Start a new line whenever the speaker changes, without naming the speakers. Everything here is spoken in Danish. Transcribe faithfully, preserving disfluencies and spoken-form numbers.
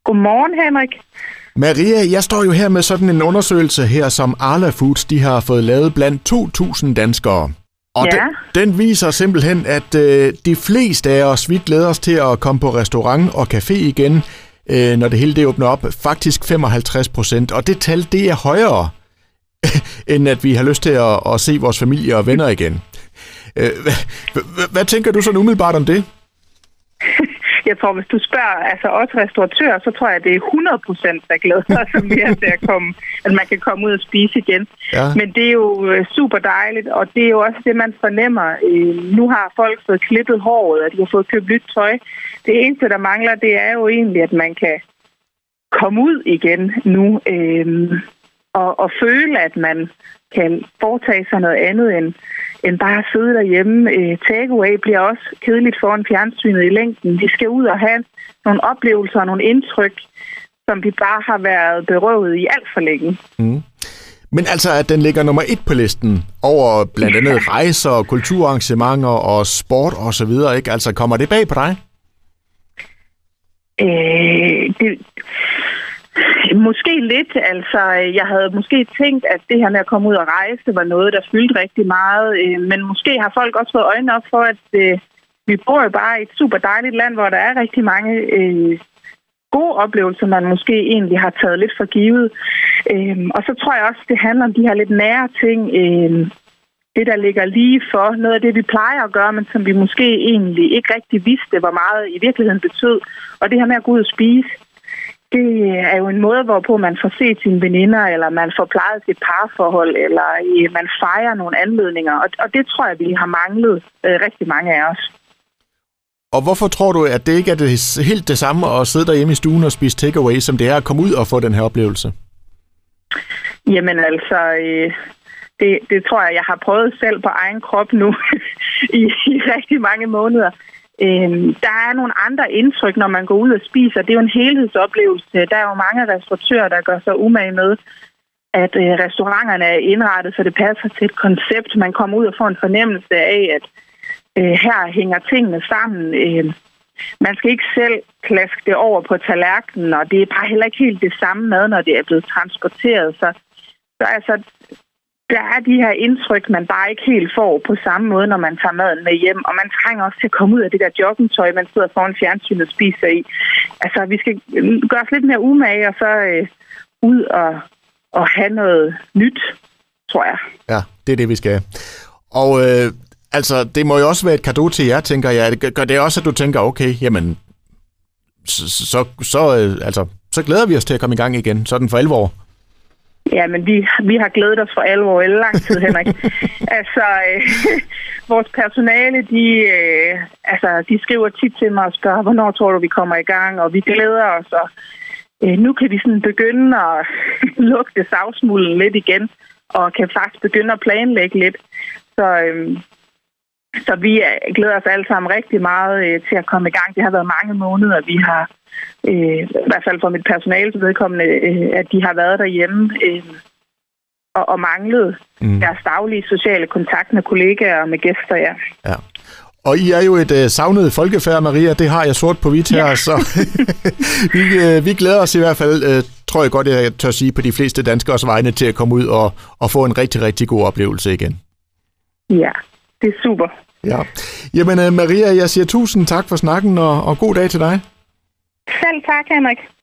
Godmorgen, Henrik.
Maria, jeg står jo her med sådan en undersøgelse her, som Arla Foods de har fået lavet blandt to tusind danskere. Og
Ja.
den, den viser simpelthen, at øh, de fleste af os, vi glæder os til at komme på restaurant og café igen, øh, når det hele det åbner op. Faktisk femoghalvtreds procent, og det tal, det er højere, end at vi har lyst til at, at se vores familie og venner igen. Øh, hvad, hvad, hvad tænker du sådan umiddelbart om det?
Jeg tror, hvis du spørger altså os restauratører, så tror jeg, at det er hundrede procent, der glæder sig mere til at, komme, at man kan komme ud og spise igen.
Ja.
Men det er jo super dejligt, og det er jo også det, man fornemmer. Nu har folk fået klippet håret, og de har fået købt nyt tøj. Det eneste, der mangler, det er jo egentlig, at man kan komme ud igen nu og, og føle, at man kan foretage sig noget andet end end bare at sidde derhjemme. Takeaway bliver også kedeligt foran fjernsynet i længden. Vi skal ud og have nogle oplevelser og nogle indtryk, som vi bare har været berøvet i alt for længe.
Mm. Men altså, at den ligger nummer et på listen over blandt andet rejser og kulturarrangementer og sport og så videre, ikke? Altså, kommer det bag på dig?
Øh, det... Måske lidt. Altså, jeg havde måske tænkt, at det her med at komme ud og rejse var noget, der fyldte rigtig meget. Men måske har folk også fået øjnene op for, at øh, vi bor jo bare i et super dejligt land, hvor der er rigtig mange øh, gode oplevelser, man måske egentlig har taget lidt for givet. Øh, og så tror jeg også, det handler om de her lidt nære ting. Øh, det, der ligger lige for. Noget af det, vi plejer at gøre, men som vi måske egentlig ikke rigtig vidste, hvor meget i virkeligheden betød. Og det her med at gå ud og spise. Det er jo en måde, hvorpå man får set sine veninder, eller man får plejet sit parforhold, eller man fejrer nogle anledninger. Og det tror jeg, vi har manglet øh, rigtig mange af os.
Og hvorfor tror du, at det ikke er det, helt det samme at sidde derhjemme i stuen og spise takeaway, som det er at komme ud og få den her oplevelse?
Jamen altså, øh, det, det tror jeg, jeg har prøvet selv på egen krop nu i, i rigtig mange måneder. Øhm, der er nogle andre indtryk, når man går ud og spiser. Det er jo en helhedsoplevelse. Der er jo mange restauratører, der gør sig umage med, at øh, restauranterne er indrettet, så det passer til et koncept. Man kommer ud og får en fornemmelse af, at øh, her hænger tingene sammen. Øh, man skal ikke selv klaske det over på tallerkenen, og det er bare heller ikke helt det samme mad, når det er blevet transporteret. Så, så altså... Der er de her indtryk, man bare ikke helt får på samme måde, når man tager maden med hjem. Og man trænger også til at komme ud af det der joggingtøj, man sidder foran fjernsynet og spiser i. Altså, vi skal gøre os lidt mere umage, og så øh, ud og, og have noget nyt, tror jeg.
Ja, det er det, vi skal. Og øh, altså, det må jo også være et cadeau til jer, tænker jeg. Gør det også, at du tænker, okay, jamen, så, så, så, øh, altså, så glæder vi os til at komme i gang igen, sådan for alvor.
Ja, men vi, vi har glædet os for alvor i lang tid, Henrik. altså, øh, vores personale, de, øh, altså, de skriver tit til mig og spørger, hvornår tror du, vi kommer i gang? Og vi glæder os, og øh, nu kan vi sådan begynde at lugte savsmulden lidt igen, og kan faktisk begynde at planlægge lidt. Så, øh, så vi glæder os alle sammen rigtig meget øh, til at komme i gang. Det har været mange måneder, vi har Øh, i hvert fald for mit personales vedkommende, øh, at de har været derhjemme øh, og, og manglet mm. deres daglige sociale kontakt med kollegaer og med gæster, ja.
Ja. Og I er jo et øh, savnet folkefærd, Maria, det har jeg sort på hvidt her, ja. så vi, øh, vi glæder os i hvert fald, øh, tror jeg godt, jeg tør sige, på de fleste danskers vegne til at komme ud og, og få en rigtig, rigtig god oplevelse igen.
Ja, det er super.
Ja. Jamen øh, Maria, jeg siger tusind tak for snakken, og, og god dag til dig.
Selv tak, Henrik.